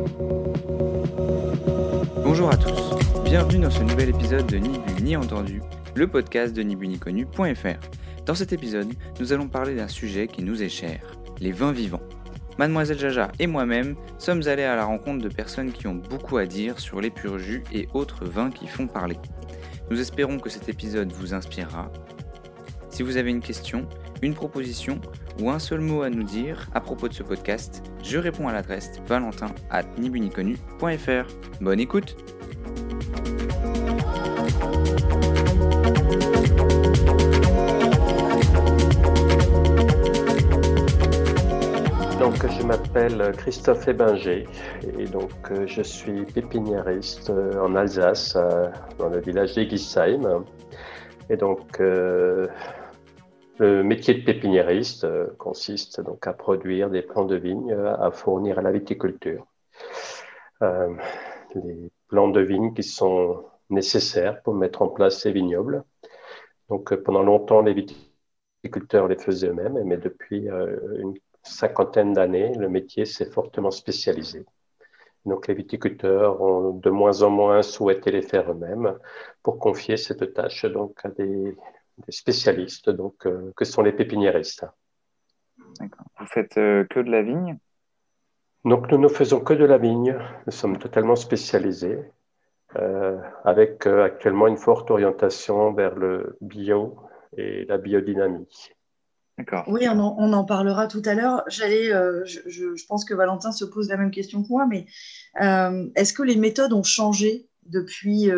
Bonjour à tous, bienvenue dans ce nouvel épisode de Ni Bu Ni Entendu, le podcast de nibuniconnu.fr. Dans cet épisode, nous allons parler d'un sujet qui nous est cher, les vins vivants. Mademoiselle Jaja et moi-même sommes allés à la rencontre de personnes qui ont beaucoup à dire sur les purs jus et autres vins qui font parler. Nous espérons que cet épisode vous inspirera. Si vous avez une question, une proposition ou un seul mot à nous dire à propos de ce podcast, je réponds à l'adresse valentin@nibuniconnu.fr. Bonne écoute! Donc, je m'appelle Christophe Ebinger et donc je suis pépiniériste en Alsace, dans le village d'Egisheim. Et donc, le métier de pépiniériste consiste donc à produire des plants de vigne à fournir à la viticulture. Les plants de vigne qui sont nécessaires pour mettre en place ces vignobles. Donc, pendant longtemps, les viticulteurs les faisaient eux-mêmes, mais depuis une cinquantaine d'années, le métier s'est fortement spécialisé. Donc, les viticulteurs ont de moins en moins souhaité les faire eux-mêmes pour confier cette tâche donc à des spécialistes, donc que sont les pépiniéristes. D'accord. Vous faites que de la vigne? Donc, nous ne faisons que de la vigne. Nous sommes totalement spécialisés, avec actuellement une forte orientation vers le bio et la biodynamie. D'accord. Oui, on en parlera tout à l'heure. Je pense que Valentin se pose la même question que moi, mais est-ce que les méthodes ont changé depuis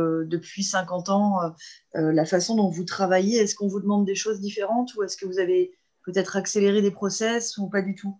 50 ans, la façon dont vous travaillez? Est-ce qu'on vous demande des choses différentes ou est-ce que vous avez peut-être accéléré des process ou pas du tout?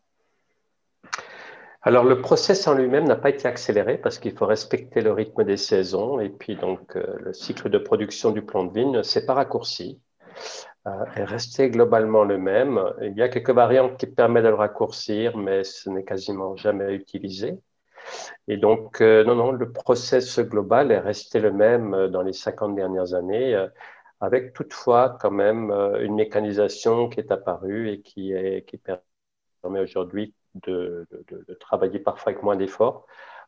Alors, le process en lui-même n'a pas été accéléré parce qu'il faut respecter le rythme des saisons et puis donc le cycle de production du plant de vigne ne s'est pas raccourci. Est resté globalement le même. Il y a quelques variantes qui permettent de le raccourcir, mais ce n'est quasiment jamais utilisé. Et donc, non, le process global est resté le même dans les 50 dernières années, avec toutefois quand même une mécanisation qui est apparue et qui permet aujourd'hui de travailler parfois avec moins d'efforts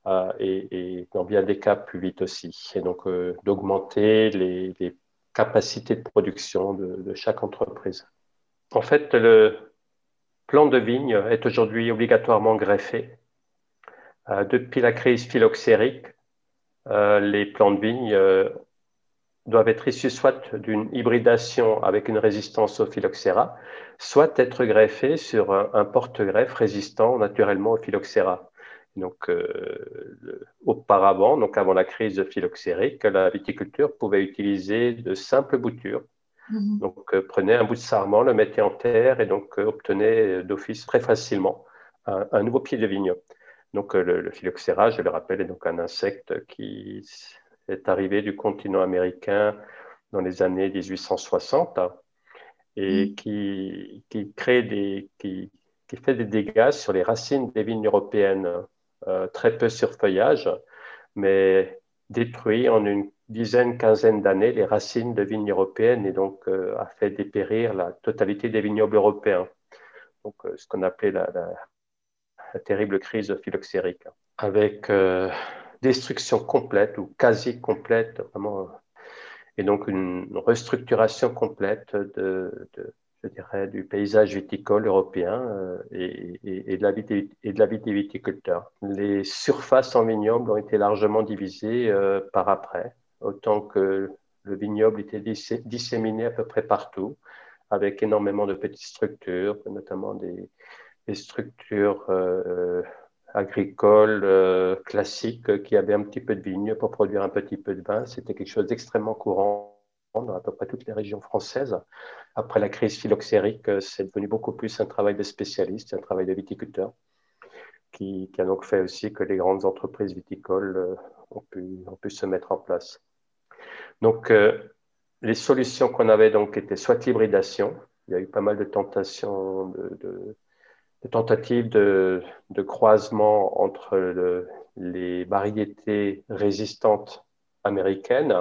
et dans bien des cas plus vite aussi. Et donc, d'augmenter les capacités de production de chaque entreprise. En fait, le plant de vigne est aujourd'hui obligatoirement greffé. Depuis la crise phylloxérique, les plants de vigne doivent être issus soit d'une hybridation avec une résistance au phylloxéra, soit être greffés sur un porte-greffe résistant naturellement au phylloxéra. Donc, auparavant, donc avant la crise phylloxérique, la viticulture pouvait utiliser de simples boutures. Donc, prenait un bout de sarment, le mettait en terre et donc obtenait d'office très facilement un nouveau pied de vigne. Donc, le phylloxéra, je le rappelle, est donc un insecte qui est arrivé du continent américain dans les années 1860 et qui fait des dégâts sur les racines des vignes européennes, très peu sur feuillage, mais détruit en une dizaine, quinzaine d'années les racines de vignes européennes et donc a fait dépérir la totalité des vignobles européens. Donc, ce qu'on appelait la terrible crise phylloxérique, avec destruction complète ou quasi complète, vraiment, et donc une restructuration complète je dirais, du paysage viticole européen et de la vie des viticulteurs. Les surfaces en vignoble ont été largement divisées par après, autant que le vignoble était disséminé à peu près partout, avec énormément de petites structures, notamment des structures agricoles classiques qui avaient un petit peu de vigne pour produire un petit peu de vin. C'était quelque chose d'extrêmement courant dans à peu près toutes les régions françaises. Après la crise phylloxérique, c'est devenu beaucoup plus un travail de spécialistes, un travail de viticulteurs, qui a donc fait aussi que les grandes entreprises viticoles ont pu se mettre en place. Donc, les solutions qu'on avait donc étaient soit l'hybridation, il y a eu pas mal de tentations de tentatives de croisement entre les variétés résistantes américaines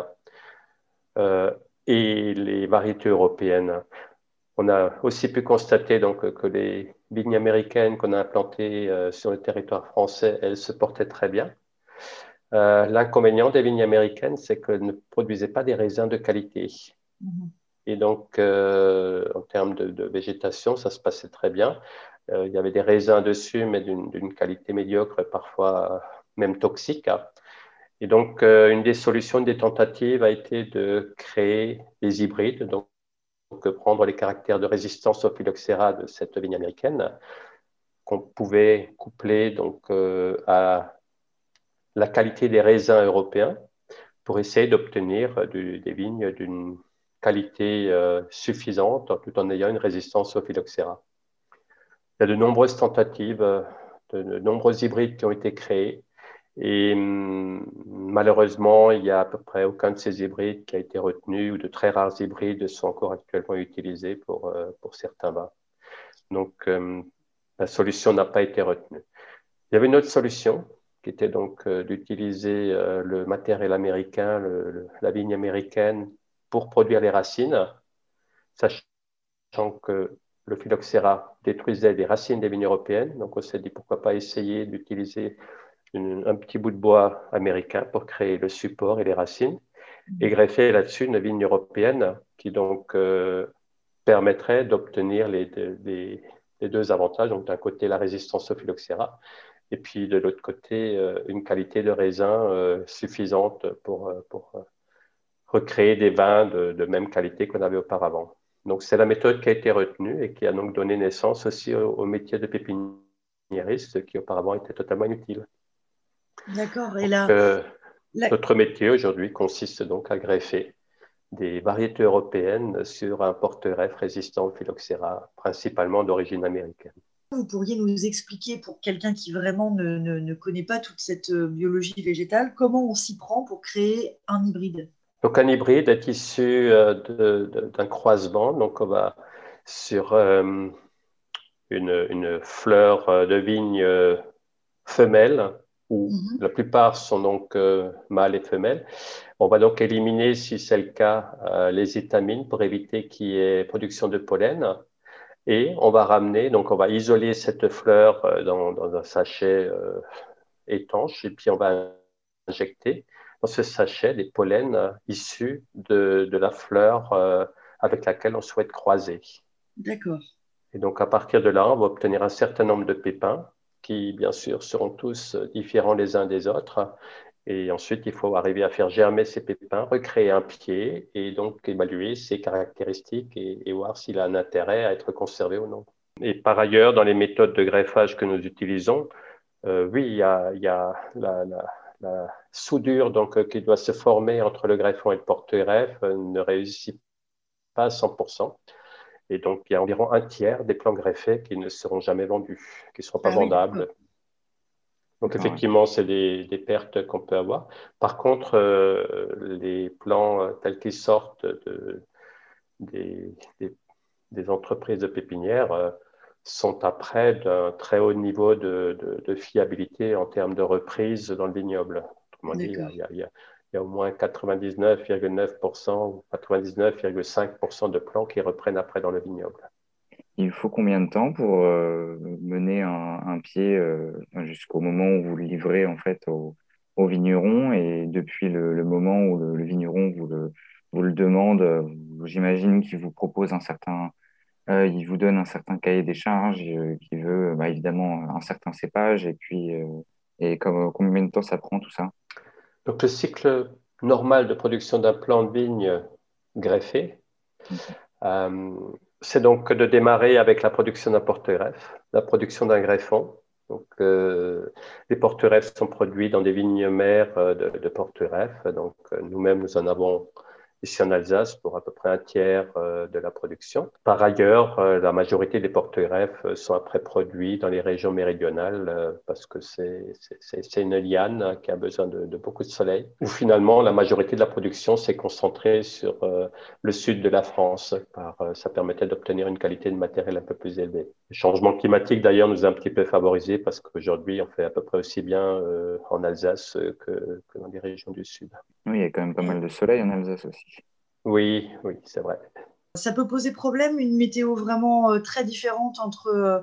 et les variétés européennes. On a aussi pu constater donc que les vignes américaines qu'on a implantées sur le territoire français, elles se portaient très bien. L'inconvénient des vignes américaines, c'est qu'elles ne produisaient pas des raisins de qualité. Et donc, en termes de végétation, ça se passait très bien. Il y avait des raisins dessus, mais d'une qualité médiocre, parfois même toxique. Et donc, une des solutions, une des tentatives a été de créer des hybrides, donc prendre les caractères de résistance au phylloxéra de cette vigne américaine, qu'on pouvait coupler donc, à la qualité des raisins européens pour essayer d'obtenir des vignes d'une qualité suffisante tout en ayant une résistance au phylloxéra. Il y a de nombreuses tentatives, de nombreux hybrides qui ont été créés et malheureusement, il n'y a à peu près aucun de ces hybrides qui a été retenu ou de très rares hybrides sont encore actuellement utilisés pour certains vins. Donc, la solution n'a pas été retenue. Il y avait une autre solution qui était donc d'utiliser le matériel américain, la vigne américaine pour produire les racines, sachant que le phylloxéra détruisait les racines des vignes européennes. Donc, on s'est dit pourquoi pas essayer d'utiliser un petit bout de bois américain pour créer le support et les racines et greffer là-dessus une vigne européenne qui donc permettrait d'obtenir les deux avantages. Donc, d'un côté, la résistance au phylloxéra et puis de l'autre côté, une qualité de raisin suffisante pour recréer des vins de même qualité qu'on avait auparavant. Donc, c'est la méthode qui a été retenue et qui a donc donné naissance aussi au métier de pépiniériste qui auparavant était totalement inutile. D'accord. Et donc, notre métier aujourd'hui consiste donc à greffer des variétés européennes sur un porte-greffe résistant au phylloxéra, principalement d'origine américaine. Vous pourriez nous expliquer, pour quelqu'un qui vraiment ne connaît pas toute cette biologie végétale, comment on s'y prend pour créer un hybride? Donc, un hybride est issu d'un croisement. Donc, on va sur une fleur de vigne femelle, où la plupart sont donc mâles et femelles. On va donc éliminer, si c'est le cas, les étamines pour éviter qu'il y ait production de pollen. Et on va ramener, donc on va isoler cette fleur dans un sachet étanche et puis on va injecter dans ce sachet des pollens issus de la fleur avec laquelle on souhaite croiser. D'accord. Et donc à partir de là, on va obtenir un certain nombre de pépins qui, bien sûr, seront tous différents les uns des autres. Et ensuite, il faut arriver à faire germer ces pépins, recréer un pied et donc évaluer ses caractéristiques et voir s'il a un intérêt à être conservé ou non. Et par ailleurs, dans les méthodes de greffage que nous utilisons, oui, il y a la soudure donc, qui doit se former entre le greffon et le porte-greffe ne réussit pas à 100%. Et donc, il y a environ un tiers des plants greffés qui ne seront jamais vendus, qui ne seront pas vendables. Donc, effectivement, c'est des pertes qu'on peut avoir. Par contre, les plants tels qu'ils sortent des entreprises de pépinières sont après d'un très haut niveau de fiabilité en termes de reprise dans le vignoble. Autrement dit, il y a au moins 99,9% ou 99,5% de plants qui reprennent après dans le vignoble. Il faut combien de temps pour mener un pied jusqu'au moment où vous le livrez en fait au vigneron et depuis le moment où le vigneron vous le demande, j'imagine qu'il vous propose il vous donne un certain cahier des charges, qui veut évidemment un certain cépage et puis combien de temps ça prend tout ça? Donc le cycle normal de production d'un plant de vigne greffé, c'est donc de démarrer avec la production d'un porte-greffe, la production d'un greffon. Donc, les porte-greffes sont produits dans des vignes mères de porte-greffes. Donc, nous-mêmes, nous en avons ici en Alsace pour à peu près un tiers de la production. Par ailleurs, la majorité des porte-greffes sont après produits dans les régions méridionales parce que c'est une liane qui a besoin de beaucoup de soleil. Où finalement, la majorité de la production s'est concentrée sur le sud de la France. Ça permettait d'obtenir une qualité de matériel un peu plus élevée. Le changement climatique, d'ailleurs, nous a un petit peu favorisé parce qu'aujourd'hui, on fait à peu près aussi bien en Alsace que dans les régions du sud. Oui, il y a quand même pas mal de soleil en Alsace aussi. Oui, c'est vrai. Ça peut poser problème, une météo vraiment très différente entre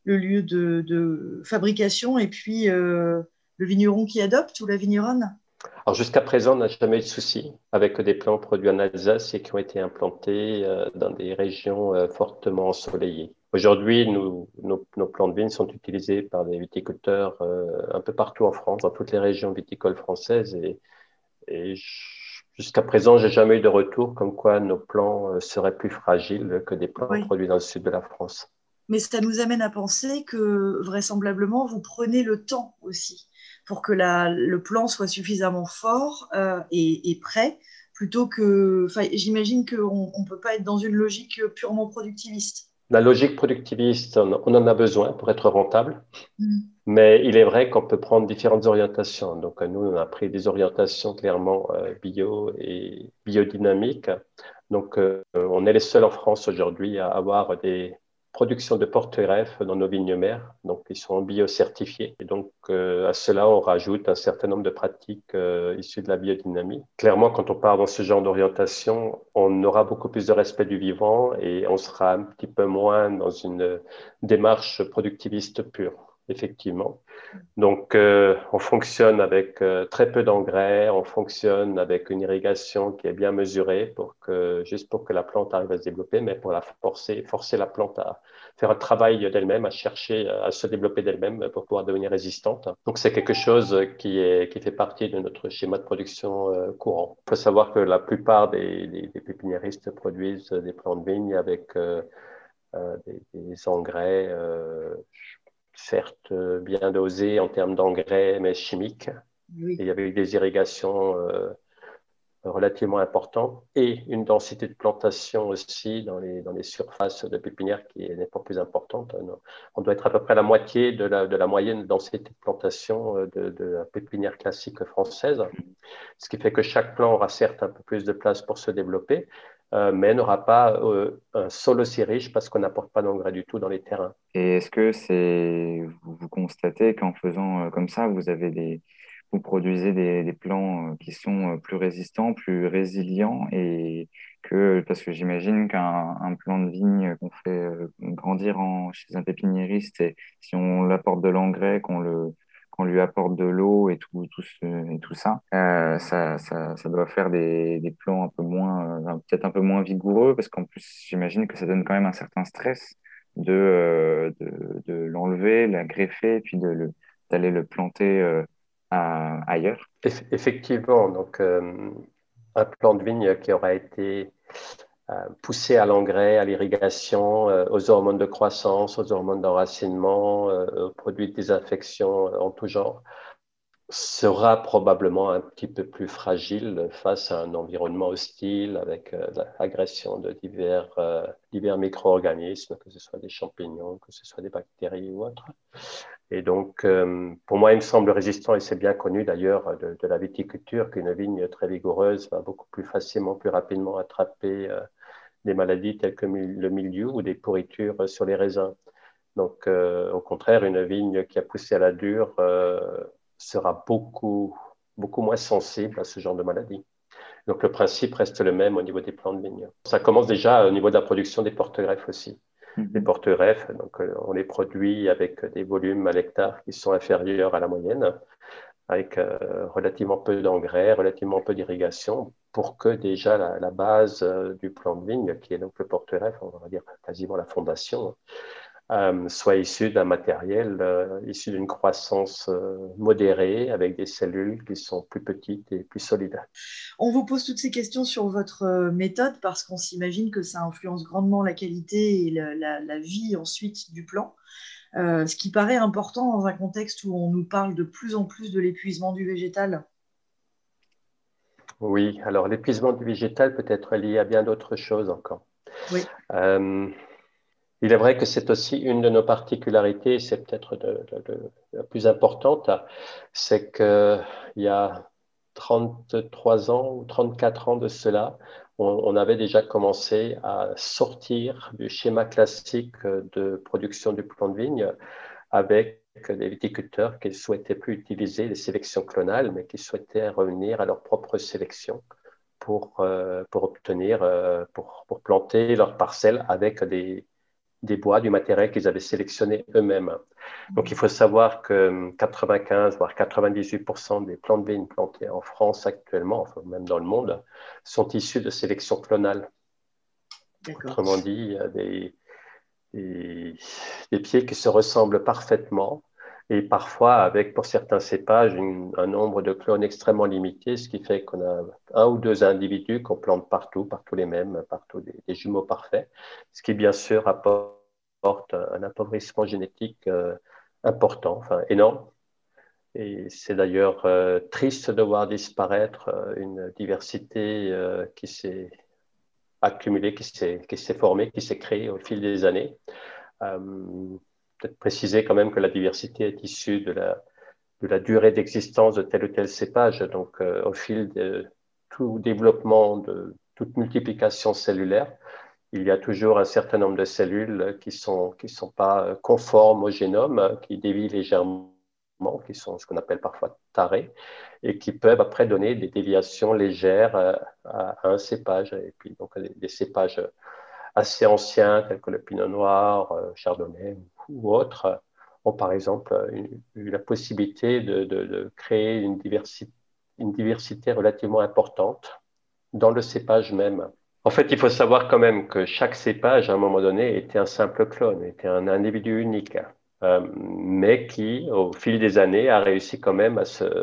le lieu de fabrication et puis le vigneron qui adopte ou la vigneronne? Alors jusqu'à présent, on n'a jamais eu de souci avec des plants produits en Alsace et qui ont été implantés dans des régions fortement ensoleillées. Aujourd'hui, nos plants de vignes sont utilisés par des viticulteurs un peu partout en France, dans toutes les régions viticoles françaises. Et jusqu'à présent, j'ai jamais eu de retour comme quoi nos plants seraient plus fragiles que des plants Oui. produits dans le sud de la France. Mais ça nous amène à penser que vraisemblablement, vous prenez le temps aussi pour que le plan soit suffisamment fort et prêt, plutôt que... Enfin, j'imagine qu'on ne peut pas être dans une logique purement productiviste. La logique productiviste, on en a besoin pour être rentable. Mm. Mais il est vrai qu'on peut prendre différentes orientations. Donc, nous, on a pris des orientations clairement bio et biodynamiques. Donc, on est les seuls en France aujourd'hui à avoir des productions de porte-greffes dans nos vignes mères. Donc, ils sont bio-certifiés. Et donc, à cela, on rajoute un certain nombre de pratiques issues de la biodynamie. Clairement, quand on part dans ce genre d'orientation, on aura beaucoup plus de respect du vivant et on sera un petit peu moins dans une démarche productiviste pure. Effectivement. Donc, on fonctionne avec très peu d'engrais, on fonctionne avec une irrigation qui est bien mesurée juste pour que la plante arrive à se développer, mais pour la forcer la plante à faire un travail d'elle-même, à chercher à se développer d'elle-même pour pouvoir devenir résistante. Donc, c'est quelque chose qui fait partie de notre schéma de production courant. Il faut savoir que la plupart des pépiniéristes produisent des plants de vigne avec des engrais certes bien dosé en termes d'engrais, mais chimiques. Oui. Et il y avait eu des irrigations relativement importantes et une densité de plantation aussi dans les surfaces de pépinière qui n'est pas plus importante. On doit être à peu près à la moitié de la moyenne densité de plantation de la pépinière classique française, ce qui fait que chaque plant aura certes un peu plus de place pour se développer, mais n'aura pas un sol aussi riche parce qu'on n'apporte pas d'engrais du tout dans les terrains. Et est-ce que vous constatez qu'en faisant comme ça, vous produisez des plants qui sont plus résistants, plus résilients parce que j'imagine qu'un plant de vigne qu'on fait grandir chez un pépiniériste et si on l'apporte de l'engrais, qu'on lui apporte de l'eau et tout ça, ça doit faire des plants un peu moins, peut-être un peu moins vigoureux parce qu'en plus, j'imagine que ça donne quand même un certain stress de l'enlever, la greffer, puis d'aller le planter ailleurs. Effectivement, donc un plant de vigne qui aura été poussé à l'engrais, à l'irrigation, aux hormones de croissance, aux hormones d'enracinement, aux produits de désinfection en tout genre, sera probablement un petit peu plus fragile face à un environnement hostile avec l'agression de divers micro-organismes, que ce soit des champignons, que ce soit des bactéries ou autres. Et donc, pour moi, il me semble résistant, et c'est bien connu d'ailleurs de la viticulture, qu'une vigne très vigoureuse va beaucoup plus facilement, plus rapidement attraper des maladies telles que le mildiou ou des pourritures sur les raisins. Donc, au contraire, une vigne qui a poussé à la dure sera beaucoup moins sensible à ce genre de maladie. Donc, le principe reste le même au niveau des plants de vigne. Ça commence déjà au niveau de la production des porte-greffes aussi. Les porte-greffes, donc, on les produit avec des volumes à l'hectare qui sont inférieurs à la moyenne, avec relativement peu d'engrais, relativement peu d'irrigation, pour que déjà la base du plant de vigne, qui est donc le porte-greffe, on va dire quasiment la fondation, soit issue d'un matériel issu d'une croissance modérée avec des cellules qui sont plus petites et plus solides. On vous pose toutes ces questions sur votre méthode parce qu'on s'imagine que ça influence grandement la qualité et la vie ensuite du plant. Ce qui paraît important dans un contexte où on nous parle de plus en plus de l'épuisement du végétal. Oui, alors l'épuisement du végétal peut être lié à bien d'autres choses encore. Oui. Il est vrai que c'est aussi une de nos particularités, c'est peut-être la plus importante, c'est qu'il y a 33 ans ou 34 ans de cela, on avait déjà commencé à sortir du schéma classique de production du plant de vigne avec des viticulteurs qui ne souhaitaient plus utiliser les sélections clonales, mais qui souhaitaient revenir à leur propre sélection pour planter leurs parcelles avec des des bois, du matériel qu'ils avaient sélectionné eux-mêmes. Donc, il faut savoir que 95, voire 98% des plants de vigne plantés en France actuellement, enfin, même dans le monde, sont issus de sélection clonale. Autrement dit, il y a des pieds qui se ressemblent parfaitement et parfois avec, pour certains cépages, un nombre de clones extrêmement limité, ce qui fait qu'on a un ou deux individus qu'on plante partout les mêmes, partout des jumeaux parfaits, ce qui bien sûr apporte un appauvrissement génétique important, enfin énorme. Et c'est d'ailleurs triste de voir disparaître une diversité qui s'est accumulée, qui s'est formée, qui s'est créée au fil des années. Peut-être préciser quand même que la diversité est issue de la durée d'existence de tel ou tel cépage. Donc, au fil de tout développement, de toute multiplication cellulaire, il y a toujours un certain nombre de cellules qui sont pas conformes au génome, qui dévient légèrement, qui sont ce qu'on appelle parfois tarées, et qui peuvent après donner des déviations légères à un cépage. Et puis, donc, des cépages assez anciens, tels que le pinot noir, chardonnay ou autres, ont par exemple eu la possibilité de créer une diversité relativement importante dans le cépage même. En fait, il faut savoir quand même que chaque cépage, à un moment donné, était un simple clone, était un individu unique, mais qui, au fil des années, a réussi quand même à se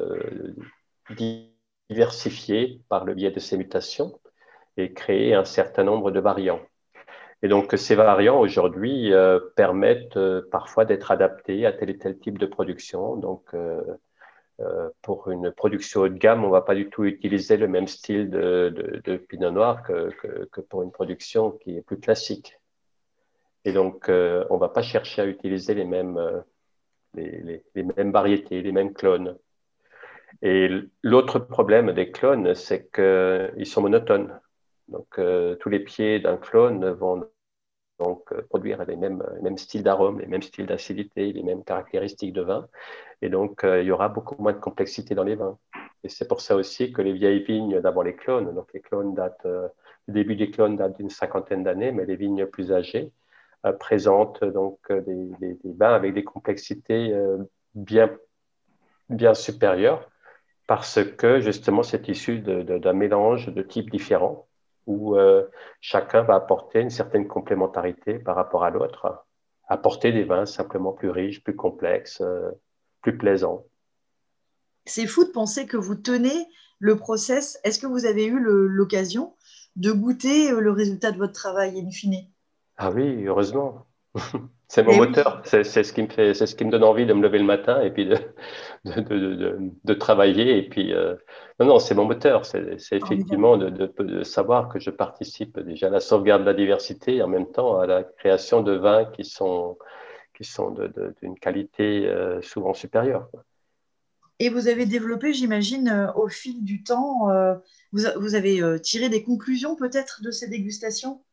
diversifier par le biais de ses mutations et créer un certain nombre de variants. Et donc, ces variants, aujourd'hui, permettent parfois d'être adaptés à tel et tel type de production. Donc, pour une production haut de gamme, on ne va pas du tout utiliser le même style de pinot noir que pour une production qui est plus classique. Et donc, on ne va pas chercher à utiliser les mêmes variétés, les mêmes clones. Et l'autre problème des clones, c'est qu'ils sont monotones. Donc, tous les pieds d'un clone vont donc produire les mêmes styles d'arômes, les mêmes styles d'acidité, les mêmes caractéristiques de vin. Et donc, il y aura beaucoup moins de complexité dans les vins. Et c'est pour ça aussi que les vieilles vignes d'avant les clones, donc les clones datent, le début des clones date d'une cinquantaine d'années, mais les vignes plus âgées présentent donc des vins avec des complexités bien supérieures parce que justement c'est issu d'un mélange de types différents où chacun va apporter une certaine complémentarité par rapport à l'autre, apporter des vins simplement plus riches, plus complexes, plus plaisants. C'est fou de penser que vous tenez le process. Est-ce que vous avez eu l'occasion de goûter le résultat de votre travail in fine? Ah oui, heureusement. C'est mon Eh oui. moteur, c'est ce qui me donne envie de me lever le matin et puis de travailler. Et puis, non, c'est mon moteur, c'est effectivement de savoir que je participe déjà à la sauvegarde de la diversité et en même temps à la création de vins qui sont d'une qualité souvent supérieure. Et vous avez développé, j'imagine, au fil du temps, vous avez tiré des conclusions peut-être de ces dégustations?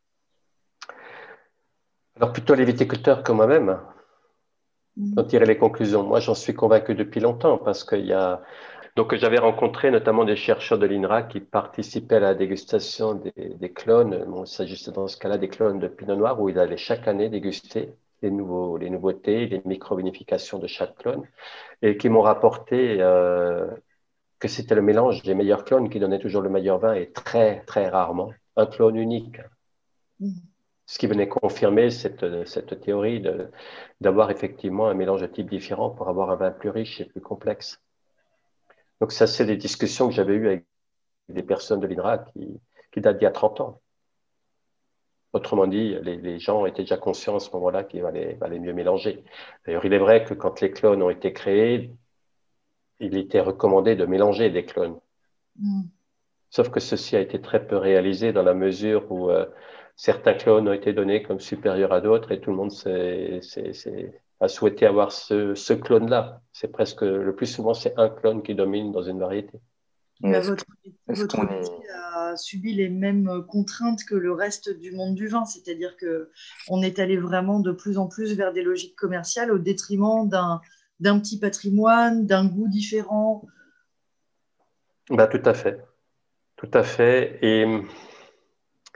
Alors plutôt les viticulteurs que moi-même ont tiré les conclusions. Moi, j'en suis convaincu depuis longtemps parce qu'il y a... Donc, j'avais rencontré notamment des chercheurs de l'INRA qui participaient à la dégustation des clones. Bon, il s'agissait dans ce cas-là des clones de Pinot Noir où ils allaient chaque année déguster les nouveautés, les micro-vinifications de chaque clone et qui m'ont rapporté que c'était le mélange des meilleurs clones qui donnait toujours le meilleur vin et très, très rarement un clone unique. Ce qui venait confirmer cette théorie d'avoir effectivement un mélange de types différents pour avoir un vin plus riche et plus complexe. Donc ça, c'est des discussions que j'avais eues avec des personnes de l'INRA qui datent d'il y a 30 ans. Autrement dit, les gens étaient déjà conscients à ce moment-là qu'il valait mieux mélanger. D'ailleurs, il est vrai que quand les clones ont été créés, il était recommandé de mélanger des clones. Sauf que ceci a été très peu réalisé dans la mesure où certains clones ont été donnés comme supérieurs à d'autres et tout le monde a souhaité avoir ce clone-là. C'est presque, le plus souvent, c'est un clone qui domine dans une variété. Mais votre métier a subi les mêmes contraintes que le reste du monde du vin, c'est-à-dire qu'on est allé vraiment de plus en plus vers des logiques commerciales au détriment d'un petit patrimoine, d'un goût différent. Bah, tout à fait. Tout à fait. Et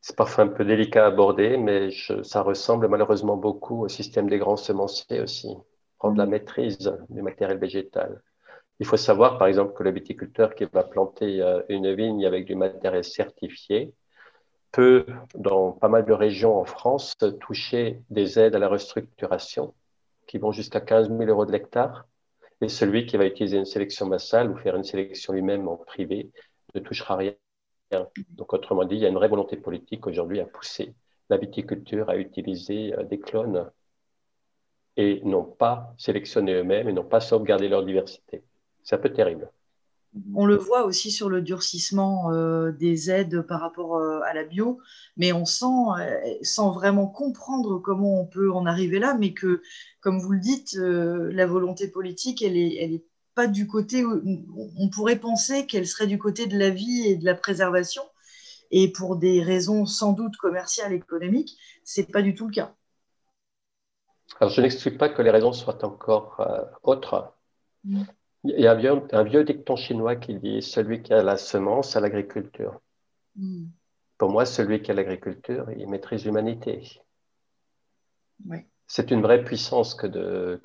C'est parfois un peu délicat à aborder, mais ça ressemble malheureusement beaucoup au système des grands semenciers aussi, prendre la maîtrise du matériel végétal. Il faut savoir, par exemple, que le viticulteur qui va planter une vigne avec du matériel certifié peut, dans pas mal de régions en France, toucher des aides à la restructuration qui vont jusqu'à 15 000 euros de l'hectare. Et celui qui va utiliser une sélection massale ou faire une sélection lui-même en privé ne touchera rien. Donc, autrement dit, il y a une vraie volonté politique aujourd'hui à pousser la viticulture à utiliser des clones et non pas sélectionner eux-mêmes et non pas sauvegarder leur diversité. C'est un peu terrible. On le voit aussi sur le durcissement des aides par rapport à la bio, mais on sent, sans vraiment comprendre comment on peut en arriver là, mais que, comme vous le dites, la volonté politique, elle est pas du côté où on pourrait penser qu'elle serait du côté de la vie et de la préservation, et pour des raisons sans doute commerciales, économiques, c'est pas du tout le cas. Alors, je n'exclus pas que les raisons soient encore autres. Il y a un vieux dicton chinois qui dit « Celui qui a la semence a l'agriculture ». Pour moi, celui qui a l'agriculture, il maîtrise l'humanité. Oui. C'est une vraie puissance que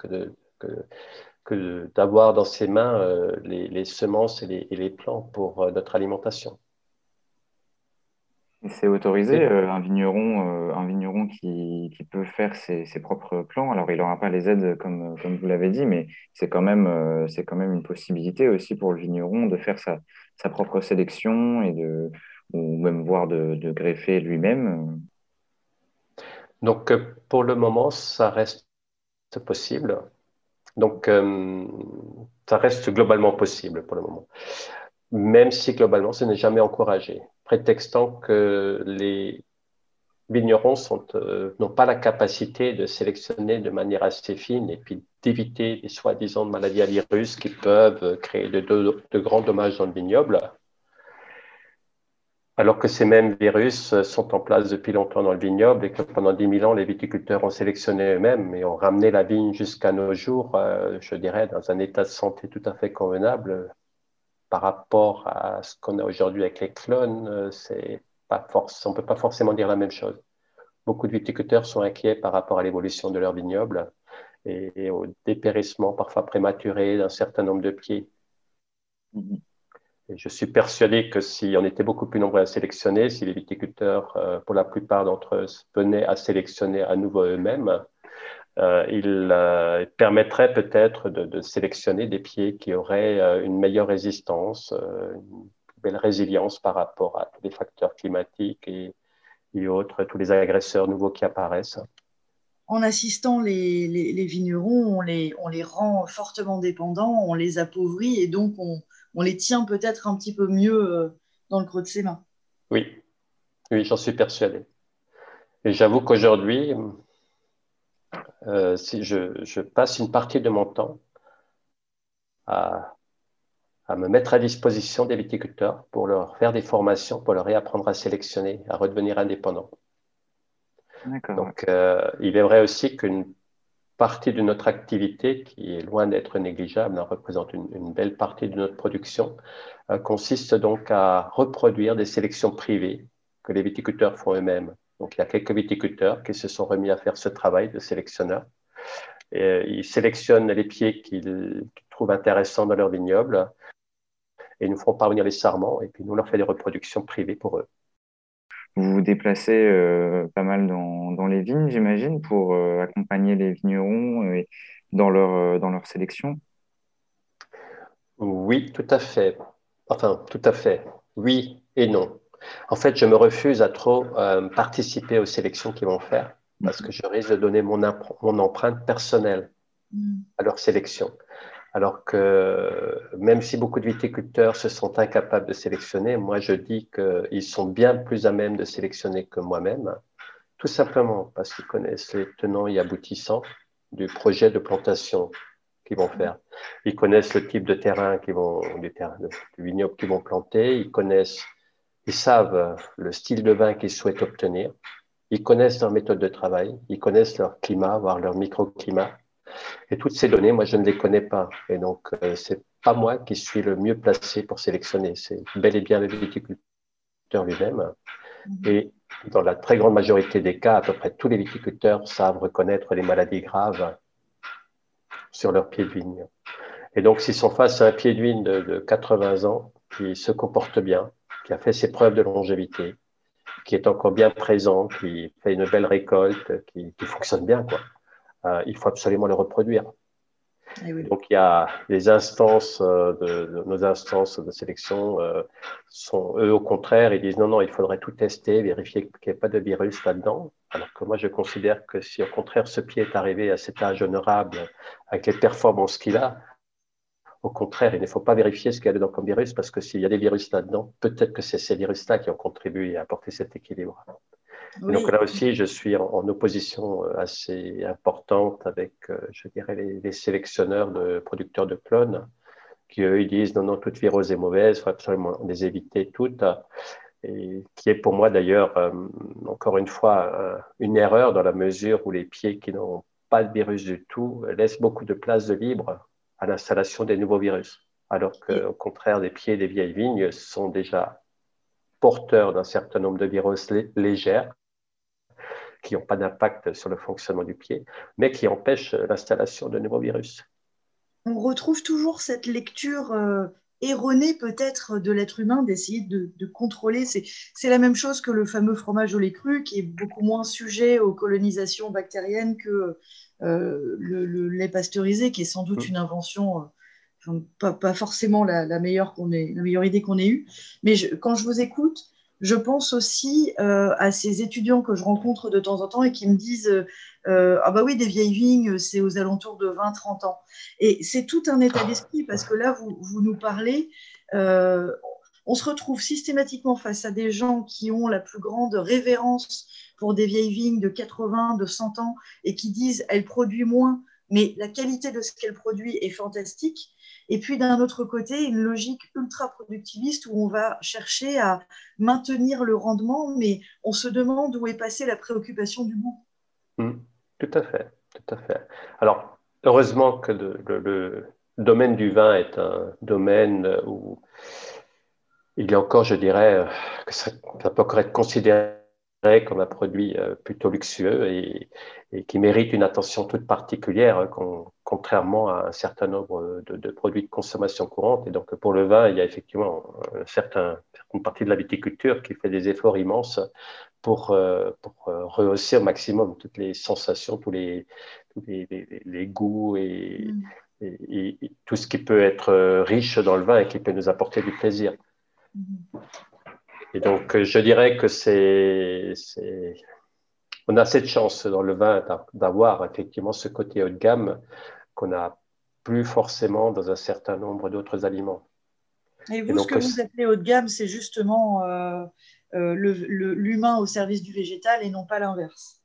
d'avoir dans ses mains les semences et les plants pour notre alimentation. Et c'est autorisé, un vigneron qui peut faire ses propres plants. Alors, il n'aura pas les aides comme vous l'avez dit, mais c'est quand même une possibilité aussi pour le vigneron de faire sa propre sélection ou même voire de greffer lui-même. Donc, pour le moment, ça reste possible. Donc, ça reste globalement possible pour le moment. Même si globalement, ce n'est jamais encouragé, prétextant que les vignerons n'ont pas la capacité de sélectionner de manière assez fine et puis d'éviter les soi-disant maladies à virus qui peuvent créer de grands dommages dans le vignoble, alors que ces mêmes virus sont en place depuis longtemps dans le vignoble et que pendant 10 000 ans, les viticulteurs ont sélectionné eux-mêmes et ont ramené la vigne jusqu'à nos jours, je dirais, dans un état de santé tout à fait convenable. Par rapport à ce qu'on a aujourd'hui avec les clones, on ne peut pas forcément dire la même chose. Beaucoup de viticulteurs sont inquiets par rapport à l'évolution de leur vignoble et au dépérissement parfois prématuré d'un certain nombre de pieds. Et je suis persuadé que si on était beaucoup plus nombreux à sélectionner, si les viticulteurs, pour la plupart d'entre eux, venaient à sélectionner à nouveau eux-mêmes, il permettrait peut-être de sélectionner des pieds qui auraient une meilleure résistance, une belle résilience par rapport à tous les facteurs climatiques et autres, tous les agresseurs nouveaux qui apparaissent. En assistant les vignerons, on les rend fortement dépendants, on les appauvrit et donc on les tient peut-être un petit peu mieux dans le creux de ses mains. Oui, oui, j'en suis persuadé. Et j'avoue qu'aujourd'hui, si je passe une partie de mon temps à me mettre à disposition des viticulteurs pour leur faire des formations, pour leur réapprendre à sélectionner, à redevenir indépendants. D'accord. Donc, il est vrai aussi qu'une partie de notre activité, qui est loin d'être négligeable, représente une belle partie de notre production, consiste donc à reproduire des sélections privées que les viticulteurs font eux-mêmes. Donc, il y a quelques viticulteurs qui se sont remis à faire ce travail de sélectionneur. Et, ils sélectionnent les pieds qu'ils trouvent intéressants dans leur vignoble et ils nous feront parvenir les sarments et puis nous leur fait des reproductions privées pour eux. Vous vous déplacez pas mal dans les vignes, j'imagine, pour accompagner les vignerons dans leur sélection. Oui, tout à fait. Enfin, tout à fait. Oui et non. En fait, je me refuse à trop participer aux sélections qu'ils vont faire parce que je risque de donner mon empreinte personnelle à leur sélection. Alors que même si beaucoup de viticulteurs se sont incapables de sélectionner, moi je dis qu'ils sont bien plus à même de sélectionner que moi-même, tout simplement parce qu'ils connaissent les tenants et aboutissants du projet de plantation qu'ils vont faire. Ils connaissent le type de terrain du vignoble qu'ils vont planter, ils savent le style de vin qu'ils souhaitent obtenir, ils connaissent leur méthode de travail, ils connaissent leur climat, voire leur microclimat. Et toutes ces données, moi, je ne les connais pas. Et donc, c'est pas moi qui suis le mieux placé pour sélectionner. C'est bel et bien le viticulteur lui-même. Et dans la très grande majorité des cas, à peu près tous les viticulteurs savent reconnaître les maladies graves sur leur pied de vigne. Et donc, s'ils sont face à un pied de vigne de 80 ans qui se comporte bien, qui a fait ses preuves de longévité, qui est encore bien présent, qui fait une belle récolte, qui fonctionne bien, quoi. Il faut absolument le reproduire. Oui. Donc, il y a les instances, nos instances de sélection sont, eux, au contraire, ils disent non, il faudrait tout tester, vérifier qu'il n'y ait pas de virus là-dedans. Alors que moi, je considère que si, au contraire, ce pied est arrivé à cet âge honorable, avec les performances qu'il a, au contraire, il ne faut pas vérifier ce qu'il y a dedans comme virus, parce que s'il y a des virus là-dedans, peut-être que c'est ces virus-là qui ont contribué à apporter cet équilibre. Oui. Donc là aussi, je suis en opposition assez importante avec, je dirais, les sélectionneurs de producteurs de clones, qui eux, ils disent non, toute virose est mauvaise, il faut absolument les éviter toutes, et qui est pour moi d'ailleurs, encore une fois, une erreur dans la mesure où les pieds qui n'ont pas de virus du tout laissent beaucoup de place de libre à l'installation des nouveaux virus, alors qu'au contraire, les pieds des vieilles vignes sont déjà porteurs d'un certain nombre de virus légères, qui n'ont pas d'impact sur le fonctionnement du pied, mais qui empêchent l'installation de nouveaux virus. On retrouve toujours cette lecture erronée peut-être de l'être humain d'essayer de contrôler. C'est la même chose que le fameux fromage au lait cru qui est beaucoup moins sujet aux colonisations bactériennes que le lait pasteurisé qui est sans doute une invention, pas forcément la meilleure idée qu'on ait eue. Mais quand je vous écoute, je pense aussi à ces étudiants que je rencontre de temps en temps et qui me disent ah bah oui, des vieilles vignes, c'est aux alentours de 20-30 ans. Et c'est tout un état d'esprit parce que là, vous nous parlez, on se retrouve systématiquement face à des gens qui ont la plus grande révérence pour des vieilles vignes de 80, de 100 ans et qui disent elles produisent moins, mais la qualité de ce qu'elles produisent est fantastique. Et puis d'un autre côté, une logique ultra productiviste où on va chercher à maintenir le rendement, mais on se demande où est passée la préoccupation du goût. Tout à fait, tout à fait. Alors, heureusement que le domaine du vin est un domaine où il y a encore, je dirais, que ça peut encore être considéré comme un produit plutôt luxueux et qui mérite une attention toute particulière, contrairement à un certain nombre de produits de consommation courante. Et donc, pour le vin, il y a effectivement une certaine partie de la viticulture qui fait des efforts immenses pour rehausser au maximum toutes les sensations, tous les goûts et tout ce qui peut être riche dans le vin et qui peut nous apporter du plaisir. Et donc, je dirais que on a cette chance dans le vin d'avoir effectivement ce côté haut de gamme qu'on n'a plus forcément dans un certain nombre d'autres aliments. Et vous, ce que vous appelez haut de gamme, c'est justement l'humain au service du végétal et non pas l'inverse.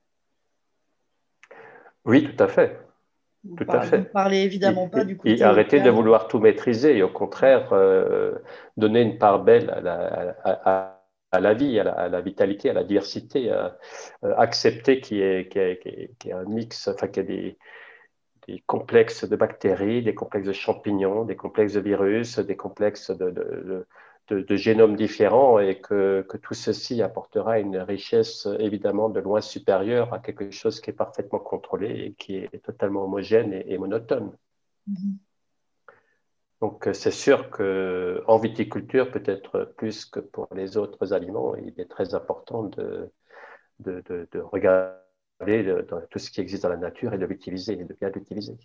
Oui, tout à fait. Vous ne parlez évidemment pas du côté. Et arrêter de vouloir tout maîtriser et au contraire donner une part belle à la vie, à la vitalité, à la diversité, accepter qu'il y ait un mix, enfin qu'il y ait des complexes de bactéries, des complexes de champignons, des complexes de virus, des complexes de génomes différents et que tout ceci apportera une richesse évidemment de loin supérieure à quelque chose qui est parfaitement contrôlé et qui est totalement homogène et monotone. Donc c'est sûr qu'en viticulture, peut-être plus que pour les autres aliments, il est très important de regarder tout ce qui existe dans la nature et de l'utiliser et de bien l'utiliser.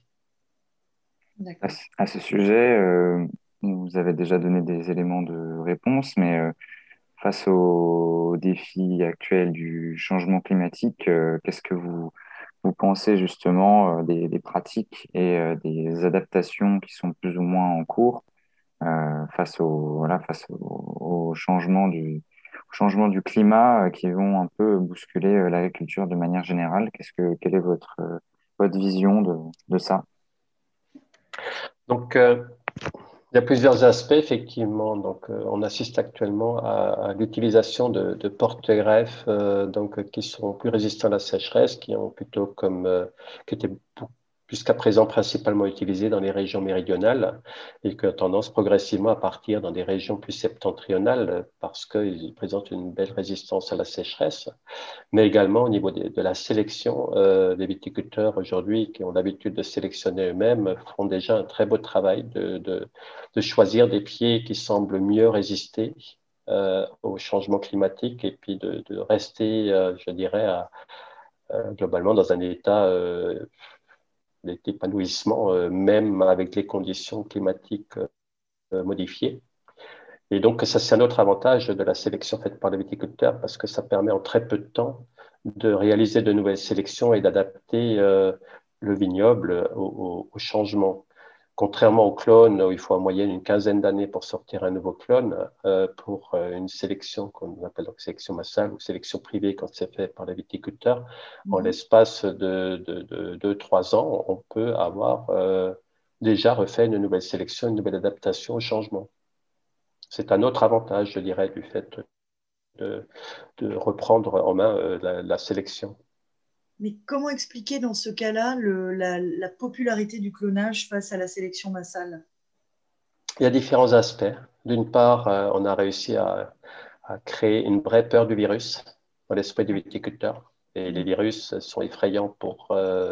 À ce sujet, vous avez déjà donné des éléments de réponse, mais face aux défis actuels du changement climatique, qu'est-ce que vous pensez justement des pratiques et des adaptations qui sont plus ou moins en cours face au changement du climat qui vont un peu bousculer l'agriculture de manière générale? Quelle est votre vision de ça? Donc, il y a plusieurs aspects, effectivement. Donc, on assiste actuellement à l'utilisation de porte-greffes qui sont plus résistants à la sécheresse, qui ont plutôt qui étaient jusqu'à présent principalement utilisé dans les régions méridionales et qui a tendance progressivement à partir dans des régions plus septentrionales parce qu'ils présentent une belle résistance à la sécheresse, mais également au niveau de la sélection. Les viticulteurs aujourd'hui qui ont l'habitude de sélectionner eux-mêmes font déjà un très beau travail de choisir des pieds qui semblent mieux résister au changement climatique et puis de rester, je dirais, globalement dans un état d'épanouissement, même avec les conditions climatiques modifiées. Et donc, ça, c'est un autre avantage de la sélection faite par les viticulteurs parce que ça permet en très peu de temps de réaliser de nouvelles sélections et d'adapter le vignoble au changement. Contrairement aux clones, où il faut en moyenne une quinzaine d'années pour sortir un nouveau clone, pour une sélection qu'on appelle donc sélection massale ou sélection privée quand c'est fait par les viticulteurs, en l'espace de 2-3 ans, on peut avoir déjà refait une nouvelle sélection, une nouvelle adaptation au changement. C'est un autre avantage, je dirais, du fait de reprendre en main la sélection. Mais comment expliquer dans ce cas-là la popularité du clonage face à la sélection massale? Il y a différents aspects. D'une part, on a réussi à créer une vraie peur du virus dans l'esprit du viticulteur. Et les virus sont effrayants pour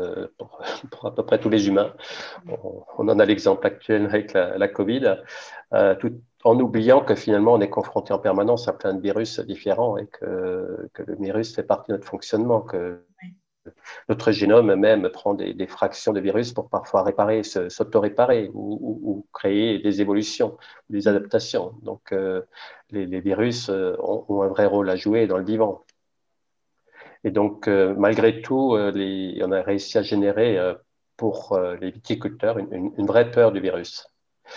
à peu près tous les humains. On en a l'exemple actuel avec la Covid, tout en oubliant que finalement on est confronté en permanence à plein de virus différents et que le virus fait partie de notre fonctionnement, que notre génome même prend des fractions de virus pour parfois réparer, s'auto-réparer ou créer des évolutions, des adaptations. Donc, les virus ont un vrai rôle à jouer dans le vivant. Et donc, malgré tout, on a réussi à générer pour les viticulteurs une vraie peur du virus.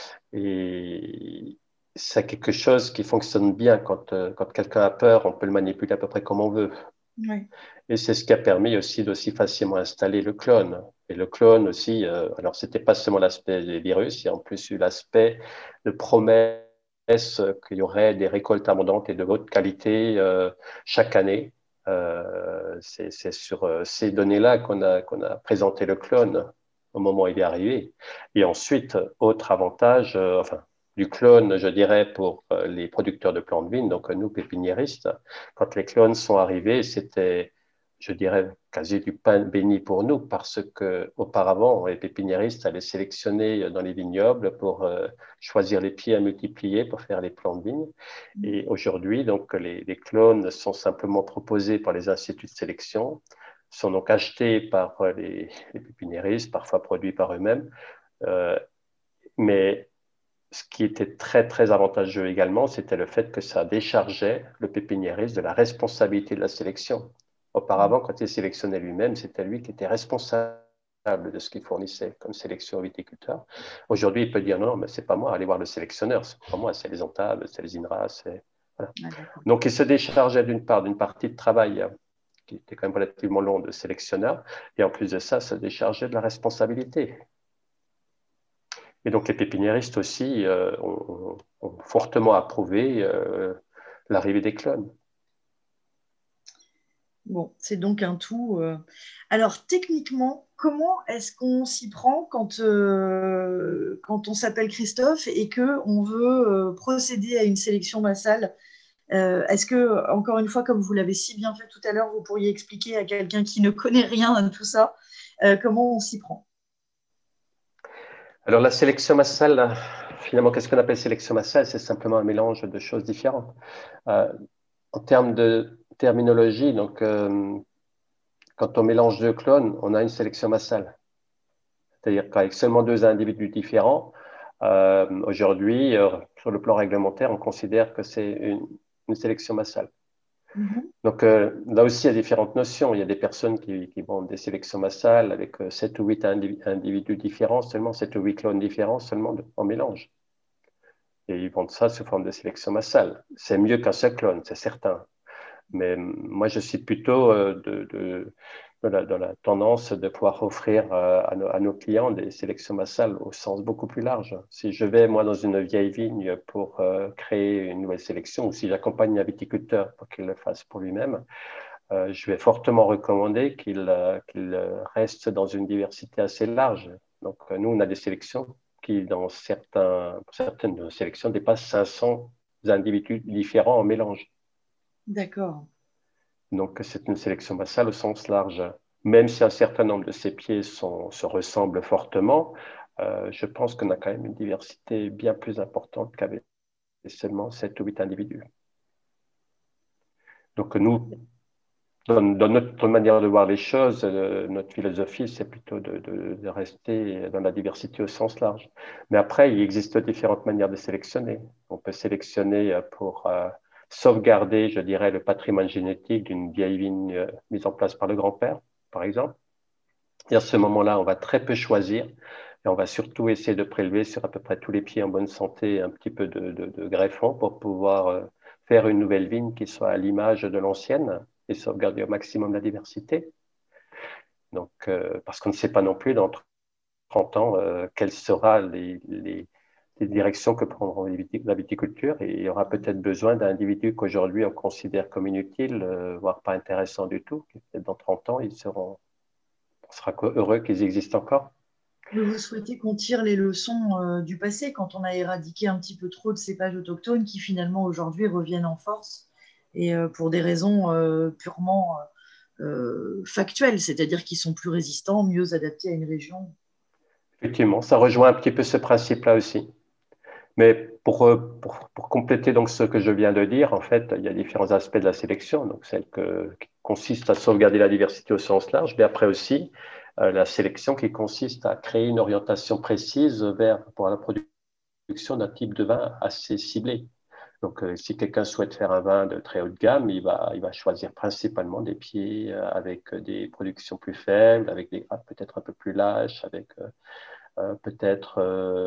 Et c'est quelque chose qui fonctionne bien. Quand quelqu'un a peur, on peut le manipuler à peu près comme on veut. Oui. Et c'est ce qui a permis aussi d'aussi facilement installer le clone. Et le clone aussi, alors c'était pas seulement l'aspect des virus, il y a en plus eu l'aspect de promesse qu'il y aurait des récoltes abondantes et de haute qualité chaque année. C'est sur ces données-là qu'on a présenté le clone au moment où il est arrivé. Et ensuite, autre avantage, du clone, je dirais, pour les producteurs de plantes de vigne, donc nous, pépiniéristes, quand les clones sont arrivés, c'était, je dirais, quasi du pain béni pour nous, parce que auparavant, les pépiniéristes allaient sélectionner dans les vignobles pour choisir les pieds à multiplier pour faire les plants de vigne. Et aujourd'hui, donc, les clones sont simplement proposés par les instituts de sélection, sont donc achetés par les pépiniéristes, parfois produits par eux-mêmes. Mais ce qui était très, très avantageux également, c'était le fait que ça déchargeait le pépiniériste de la responsabilité de la sélection. Auparavant, quand il sélectionnait lui-même, c'était lui qui était responsable de ce qu'il fournissait comme sélection aux viticulteurs. Aujourd'hui, il peut dire non, mais c'est pas moi, allez voir le sélectionneur, c'est pas moi, c'est les Antables, c'est les INRA. Voilà. Donc, il se déchargeait d'une partie de travail qui était quand même relativement long de sélectionneur, et en plus de ça, se déchargeait de la responsabilité. Et donc, les pépiniéristes aussi ont fortement approuvé l'arrivée des clones. Bon, c'est donc un tout. Alors, techniquement, comment est-ce qu'on s'y prend quand on s'appelle Christophe et qu'on veut procéder à une sélection massale? Est-ce que, encore une fois, comme vous l'avez si bien fait tout à l'heure, vous pourriez expliquer à quelqu'un qui ne connaît rien de tout ça, comment on s'y prend? Alors, la sélection massale, finalement, qu'est-ce qu'on appelle sélection massale? C'est simplement un mélange de choses différentes. En termes de terminologie, donc, quand on mélange deux clones, on a une sélection massale. C'est-à-dire qu'avec seulement deux individus différents, aujourd'hui, sur le plan réglementaire, on considère que c'est une sélection massale. Donc, là aussi, il y a différentes notions. Il y a des personnes qui vendent des sélections massales avec 7 ou 8 individus différents, seulement 7 ou 8 clones différents, seulement en mélange. Et ils vendent ça sous forme de sélection massale. C'est mieux qu'un seul clone, c'est certain. Mais moi, je suis plutôt dans la tendance de pouvoir offrir à nos clients des sélections massales au sens beaucoup plus large. Si je vais, moi, dans une vieille vigne pour créer une nouvelle sélection, ou si j'accompagne un viticulteur pour qu'il le fasse pour lui-même, je vais fortement recommander qu'il reste dans une diversité assez large. Donc, nous, on a des sélections qui, certaines de nos sélections, dépassent 500 individus différents en mélange. D'accord. Donc, c'est une sélection bassale au sens large. Même si un certain nombre de ces pieds se ressemblent fortement, je pense qu'on a quand même une diversité bien plus importante qu'avec seulement 7 ou 8 individus. Donc, nous, dans notre manière de voir les choses, notre philosophie, c'est plutôt de rester dans la diversité au sens large. Mais après, il existe différentes manières de sélectionner. On peut sélectionner pour sauvegarder, je dirais, le patrimoine génétique d'une vieille vigne mise en place par le grand-père, par exemple. Et à ce moment-là, on va très peu choisir et on va surtout essayer de prélever sur à peu près tous les pieds en bonne santé un petit peu de greffon pour pouvoir faire une nouvelle vigne qui soit à l'image de l'ancienne et sauvegarder au maximum la diversité. Donc, parce qu'on ne sait pas non plus dans 30 ans quelles seront les directions que prendront la viticulture et il y aura peut-être besoin d'individus qu'aujourd'hui on considère comme inutiles, voire pas intéressants du tout. Peut-être dans 30 ans, on sera heureux qu'ils existent encore. Vous souhaitez qu'on tire les leçons du passé quand on a éradiqué un petit peu trop de cépages autochtones qui finalement aujourd'hui reviennent en force et pour des raisons purement factuelles, c'est-à-dire qu'ils sont plus résistants, mieux adaptés à une région. Effectivement, ça rejoint un petit peu ce principe-là aussi. Mais pour compléter donc ce que je viens de dire, en fait, il y a différents aspects de la sélection. Donc, celle qui consiste à sauvegarder la diversité au sens large, mais après aussi la sélection qui consiste à créer une orientation précise pour la production d'un type de vin assez ciblé. Donc, si quelqu'un souhaite faire un vin de très haut de gamme, il va choisir principalement des pieds avec des productions plus faibles, avec des grappes peut-être un peu plus lâches, avec peut-être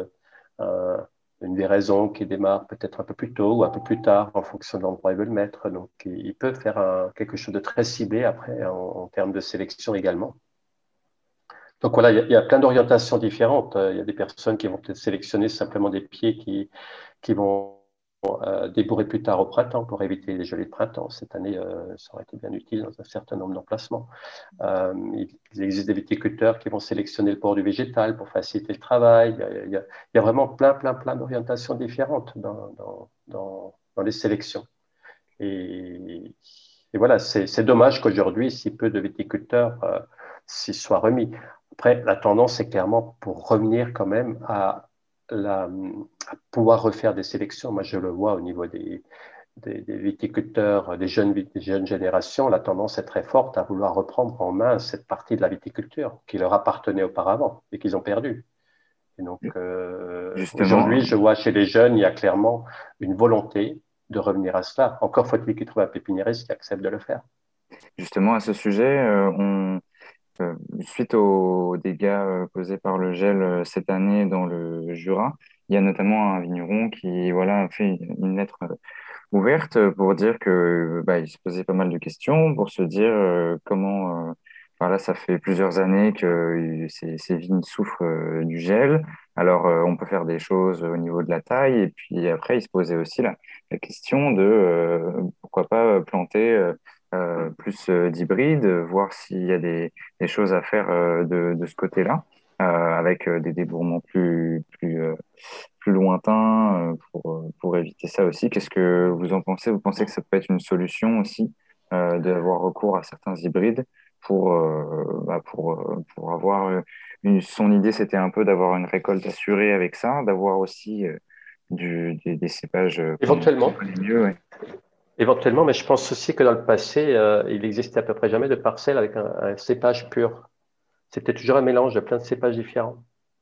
une véraison qui démarre peut-être un peu plus tôt ou un peu plus tard en fonction de l'endroit où il veut le mettre. Donc, il peut faire quelque chose de très ciblé après en termes de sélection également. Donc voilà, il y a plein d'orientations différentes. Il y a des personnes qui vont peut-être sélectionner simplement des pieds qui vont débourrer plus tard au printemps pour éviter les gelées de printemps. Cette année, ça aurait été bien utile dans un certain nombre d'emplacements. Il existe des viticulteurs qui vont sélectionner le port du végétal pour faciliter le travail. Il y a vraiment plein d'orientations différentes dans les sélections. Et voilà, c'est dommage qu'aujourd'hui, si peu de viticulteurs s'y soient remis. Après, la tendance est clairement pour revenir quand même à pouvoir refaire des sélections. Moi, je le vois au niveau des viticulteurs, des jeunes générations, la tendance est très forte à vouloir reprendre en main cette partie de la viticulture qui leur appartenait auparavant et qu'ils ont perdue. Et donc, aujourd'hui, je vois chez les jeunes, il y a clairement une volonté de revenir à cela. Encore faut-il qu'ils trouvent un pépiniériste qui accepte de le faire. Justement, à ce sujet, suite aux dégâts causés par le gel cette année dans le Jura, il y a notamment un vigneron qui voilà, a fait une lettre ouverte pour dire que il se posait pas mal de questions, pour se dire comment voilà, ça fait plusieurs années que ces vignes souffrent du gel. Alors on peut faire des choses au niveau de la taille et puis après il se posait aussi la question de pourquoi pas planter plus d'hybrides, voir s'il y a des choses à faire de ce côté-là, avec des débourrements plus lointains pour éviter ça aussi. Qu'est-ce que vous en pensez? Vous pensez que ça peut être une solution aussi d'avoir recours à certains hybrides pour avoir son idée, c'était un peu d'avoir une récolte assurée avec ça, d'avoir aussi des cépages qu'on Éventuellement, connaît mieux. Ouais. éventuellement, mais je pense aussi que dans le passé, il existait à peu près jamais de parcelles avec un cépage pur. C'était toujours un mélange de plein de cépages différents.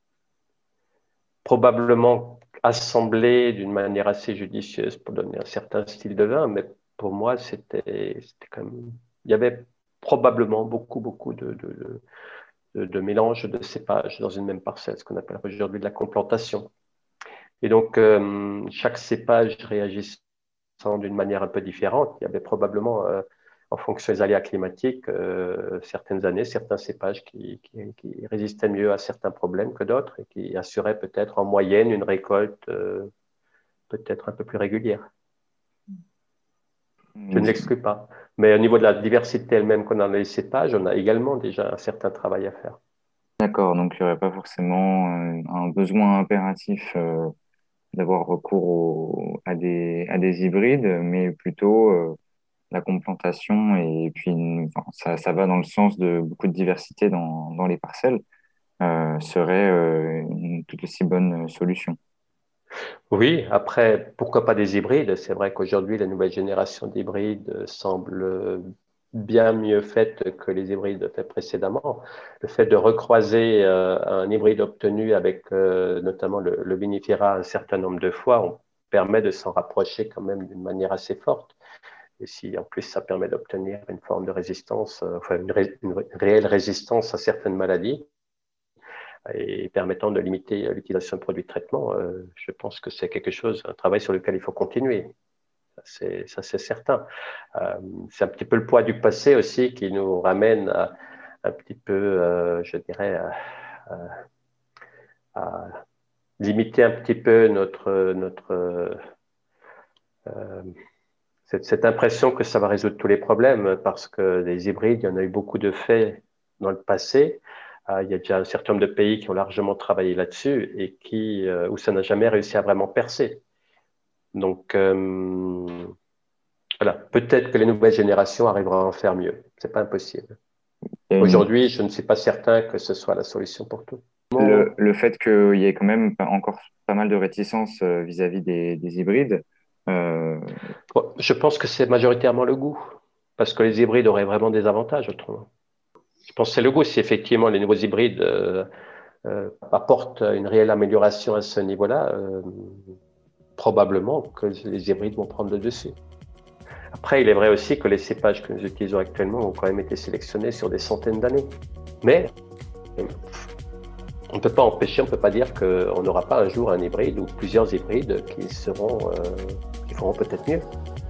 Probablement assemblés d'une manière assez judicieuse pour donner un certain style de vin, mais pour moi, c'était quand même. Il y avait probablement beaucoup de mélanges de cépages dans une même parcelle, ce qu'on appelle aujourd'hui de la complantation. Et donc, chaque cépage réagissant d'une manière un peu différente, il y avait probablement, en fonction des aléas climatiques, certaines années, certains cépages qui résistaient mieux à certains problèmes que d'autres et qui assuraient peut-être en moyenne une récolte peut-être un peu plus régulière. Je ne l'exclus pas. Mais au niveau de la diversité elle-même qu'on a dans les cépages, on a également déjà un certain travail à faire. D'accord, donc il n'y aurait pas forcément un besoin impératif d'avoir recours à des hybrides, mais plutôt la complantation et puis enfin, ça va dans le sens de beaucoup de diversité dans les parcelles serait une tout aussi bonne solution. Oui, après, pourquoi pas des hybrides? C'est vrai qu'aujourd'hui, la nouvelle génération d'hybrides semble bien mieux faite que les hybrides faits précédemment. Le fait de recroiser un hybride obtenu avec notamment le vinifera un certain nombre de fois, on permet de s'en rapprocher quand même d'une manière assez forte. Et si en plus ça permet d'obtenir une forme de résistance, enfin une réelle résistance à certaines maladies, et permettant de limiter l'utilisation de produits de traitement, je pense que c'est quelque chose, un travail sur lequel il faut continuer. Ça, c'est certain. C'est un petit peu le poids du passé aussi qui nous ramène à, un petit peu, je dirais, à limiter un petit peu cette impression que ça va résoudre tous les problèmes, parce que les hybrides, il y en a eu beaucoup de faits dans le passé. Il y a déjà un certain nombre de pays qui ont largement travaillé là-dessus et où ça n'a jamais réussi à vraiment percer. Donc, voilà, peut-être que les nouvelles générations arriveront à en faire mieux. C'est pas impossible. Aujourd'hui, je ne suis pas certain que ce soit la solution pour tout. Le fait qu'il y ait quand même encore pas mal de réticences vis-à-vis des hybrides. Je pense que c'est majoritairement le goût, parce que les hybrides auraient vraiment des avantages, autrement. Je pense que c'est le goût. Si effectivement les nouveaux hybrides apportent une réelle amélioration à ce niveau-là, probablement que les hybrides vont prendre le dessus. Après, il est vrai aussi que les cépages que nous utilisons actuellement ont quand même été sélectionnés sur des centaines d'années. Mais on ne peut pas empêcher, on ne peut pas dire qu'on n'aura pas un jour un hybride ou plusieurs hybrides qui feront peut-être mieux.